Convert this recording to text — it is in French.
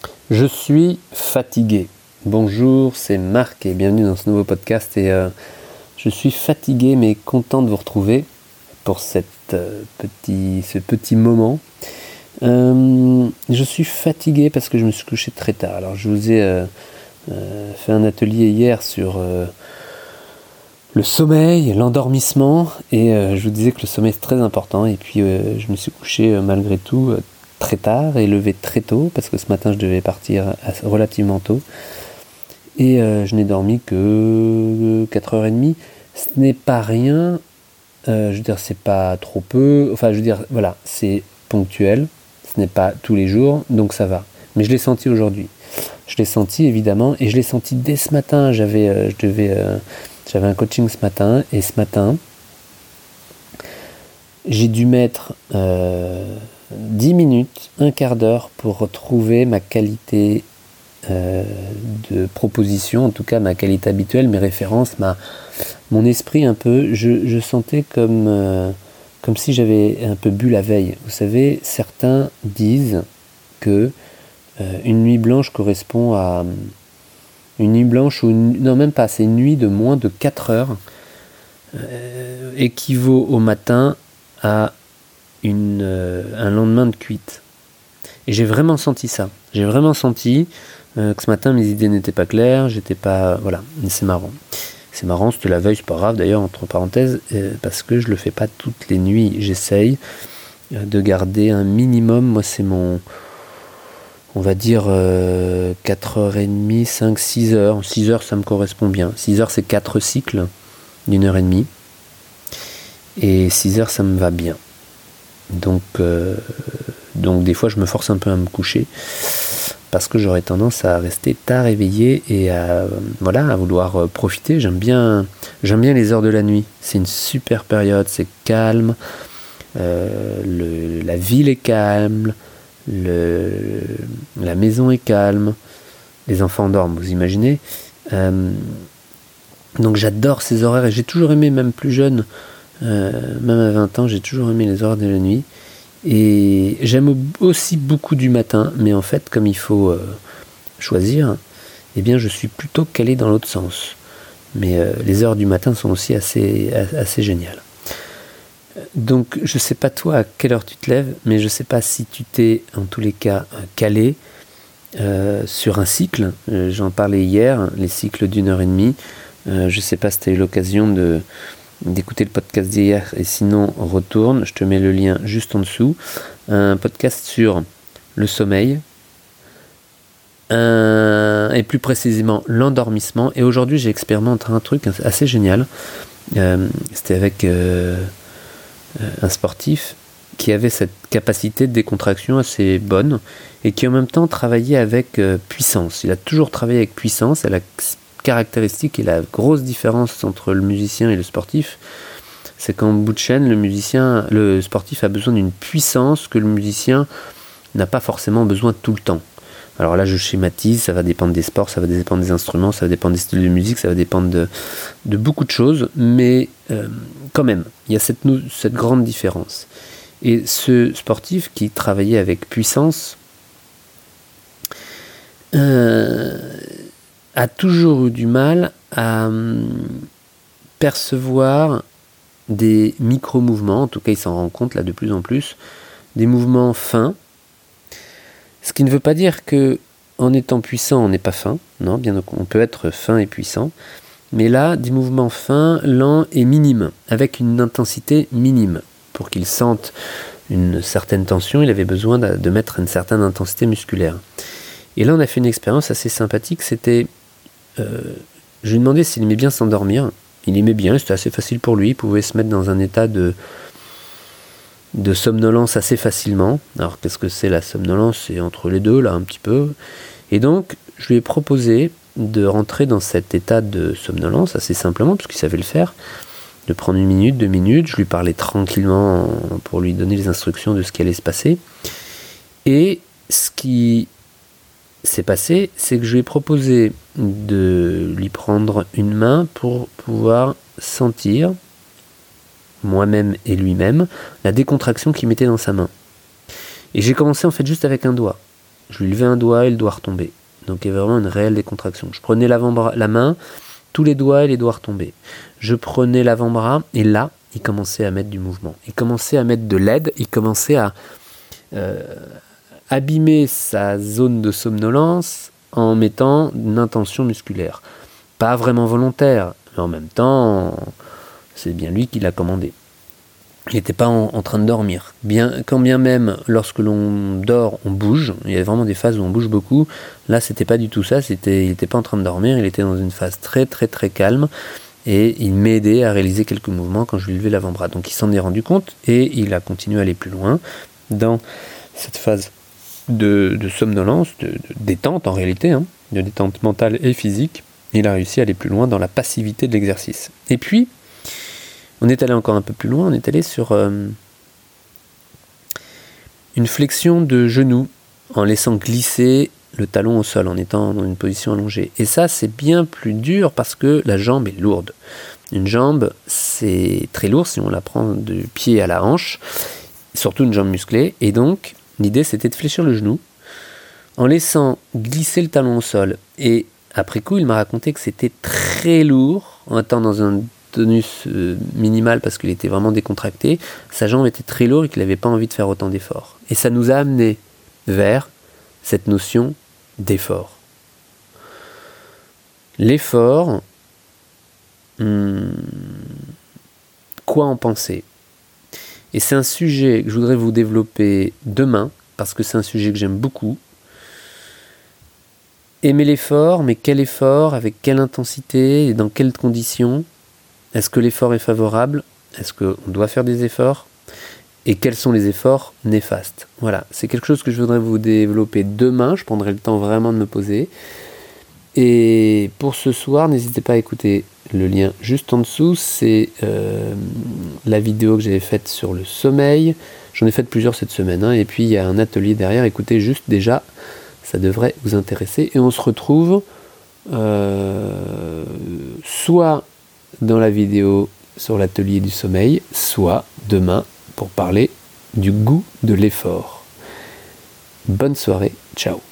Je suis fatigué. Bonjour, c'est Marc et bienvenue dans ce nouveau podcast. Je suis fatigué mais content de vous retrouver pour ce petit moment. Je suis fatigué parce que je me suis couché très tard. Alors je vous ai fait un atelier hier sur le sommeil, l'endormissement et je vous disais que le sommeil est très important et puis je me suis couché malgré tout très tard et levé très tôt parce que ce matin je devais partir relativement tôt et je n'ai dormi que 4h30. Ce n'est pas rien, je veux dire c'est pas trop peu, enfin je veux dire voilà, c'est ponctuel, ce n'est pas tous les jours donc ça va, mais je l'ai senti aujourd'hui. Je l'ai senti évidemment et je l'ai senti dès ce matin. J'avais un coaching ce matin et ce matin j'ai dû mettre 10 minutes, un quart d'heure pour retrouver ma qualité de proposition, en tout cas ma qualité habituelle, mes références, mon esprit un peu. Je sentais comme si j'avais un peu bu la veille. Vous savez, certains disent que une nuit blanche correspond à une nuit blanche non même pas, c'est une nuit de moins de 4 heures équivaut au matin à un lendemain de cuite. Et j'ai vraiment senti ça. J'ai vraiment senti que ce matin mes idées n'étaient pas claires, j'étais pas... Voilà, c'est marrant. C'est marrant, c'était la veille, c'est pas grave d'ailleurs, entre parenthèses, parce que je le fais pas toutes les nuits. J'essaye de garder un minimum, moi c'est mon... On va dire 4h30, 5, 6h. 6h ça me correspond bien. 6h c'est 4 cycles d'1h30. Et 6h ça me va bien. Donc des fois je me force un peu à me coucher parce que j'aurais tendance à rester tard éveillé et à vouloir profiter. J'aime bien les heures de la nuit. C'est une super période, c'est calme. La ville est calme. La maison est calme, les enfants dorment, vous imaginez. Donc j'adore ces horaires et j'ai toujours aimé, même plus jeune, même à 20 ans, j'ai toujours aimé les horaires de la nuit. Et j'aime aussi beaucoup du matin, mais en fait, comme il faut choisir, eh bien je suis plutôt calé dans l'autre sens. Mais les heures du matin sont aussi assez géniales. Donc je sais pas toi à quelle heure tu te lèves, mais je sais pas si tu t'es en tous les cas calé sur un cycle. J'en parlais hier, les cycles d'1h30. Je sais pas si tu as eu l'occasion d'écouter le podcast d'hier et sinon retourne, je te mets le lien juste en dessous. Un podcast sur le sommeil et plus précisément l'endormissement. Et aujourd'hui j'ai expérimenté un truc assez génial. C'était avec... un sportif qui avait cette capacité de décontraction assez bonne et qui en même temps travaillait avec puissance. Il a toujours travaillé avec puissance et la caractéristique et la grosse différence entre le musicien et le sportif, c'est qu'en bout de chaîne, le sportif a besoin d'une puissance que le musicien n'a pas forcément besoin tout le temps. Alors là, je schématise, ça va dépendre des sports, ça va dépendre des instruments, ça va dépendre des styles de musique, ça va dépendre de beaucoup de choses, mais quand même, il y a cette grande différence. Et ce sportif qui travaillait avec puissance a toujours eu du mal à percevoir des micro-mouvements, en tout cas il s'en rend compte là de plus en plus, des mouvements fins. Ce qui ne veut pas dire que en étant puissant, on n'est pas fin. Non, bien on peut être fin et puissant. Mais là, des mouvements fins, lents et minimes, avec une intensité minime. Pour qu'il sente une certaine tension, il avait besoin de mettre une certaine intensité musculaire. Et là, on a fait une expérience assez sympathique. C'était, je lui ai demandé s'il aimait bien s'endormir. Il aimait bien, c'était assez facile pour lui. Il pouvait se mettre dans un état de somnolence assez facilement. Alors qu'est-ce que c'est la somnolence? C'est entre les deux là un petit peu. Et donc je lui ai proposé de rentrer dans cet état de somnolence assez simplement, parce qu'il savait le faire, de prendre 1 minute, 2 minutes, je lui parlais tranquillement pour lui donner les instructions de ce qui allait se passer. Et ce qui s'est passé, c'est que je lui ai proposé de lui prendre une main pour pouvoir sentir, moi-même et lui-même, la décontraction qu'il mettait dans sa main. Et j'ai commencé en fait juste avec un doigt. je lui levais un doigt et le doigt retombait. Donc il y avait vraiment une réelle décontraction. Je prenais la main, tous les doigts et les doigts retombaient. Je prenais l'avant-bras et là, il commençait à mettre du mouvement. Il commençait à mettre de l'aide, il commençait à abîmer sa zone de somnolence en mettant une intention musculaire. Pas vraiment volontaire, mais en même temps, c'est bien lui qui l'a commandé. Il n'était pas en train de dormir. Quand bien même, lorsque l'on dort, on bouge. Il y a vraiment des phases où on bouge beaucoup. Là, c'était pas du tout ça. Il n'était pas en train de dormir. Il était dans une phase très, très, très calme. Et il m'aidait à réaliser quelques mouvements quand je lui levais l'avant-bras. Donc, il s'en est rendu compte et il a continué à aller plus loin dans cette phase de somnolence, de détente en réalité, de détente mentale et physique. Il a réussi à aller plus loin dans la passivité de l'exercice. Et puis, on est allé encore un peu plus loin, on est allé sur une flexion de genou en laissant glisser le talon au sol, en étant dans une position allongée. Et ça, c'est bien plus dur parce que la jambe est lourde. Une jambe, c'est très lourd si on la prend du pied à la hanche, surtout une jambe musclée. Et donc, l'idée, c'était de fléchir le genou en laissant glisser le talon au sol. Et après coup, il m'a raconté que c'était très lourd, en étant dans un tonus minimal parce qu'il était vraiment décontracté, sa jambe était très lourde et qu'il n'avait pas envie de faire autant d'efforts. Et ça nous a amené vers cette notion d'effort. L'effort, quoi en penser ? Et c'est un sujet que je voudrais vous développer demain, parce que c'est un sujet que j'aime beaucoup. Aimer l'effort, mais quel effort, avec quelle intensité et dans quelles conditions ? Est-ce que l'effort est favorable ? Est-ce qu'on doit faire des efforts ? Et quels sont les efforts néfastes ? Voilà, c'est quelque chose que je voudrais vous développer demain. Je prendrai le temps vraiment de me poser. Et pour ce soir, n'hésitez pas à écouter le lien juste en dessous. C'est la vidéo que j'avais faite sur le sommeil. J'en ai fait plusieurs cette semaine. Et puis, il y a un atelier derrière. Écoutez juste déjà, ça devrait vous intéresser. Et on se retrouve soit dans la vidéo sur l'atelier du sommeil, soit demain pour parler du goût de l'effort. Bonne soirée, ciao.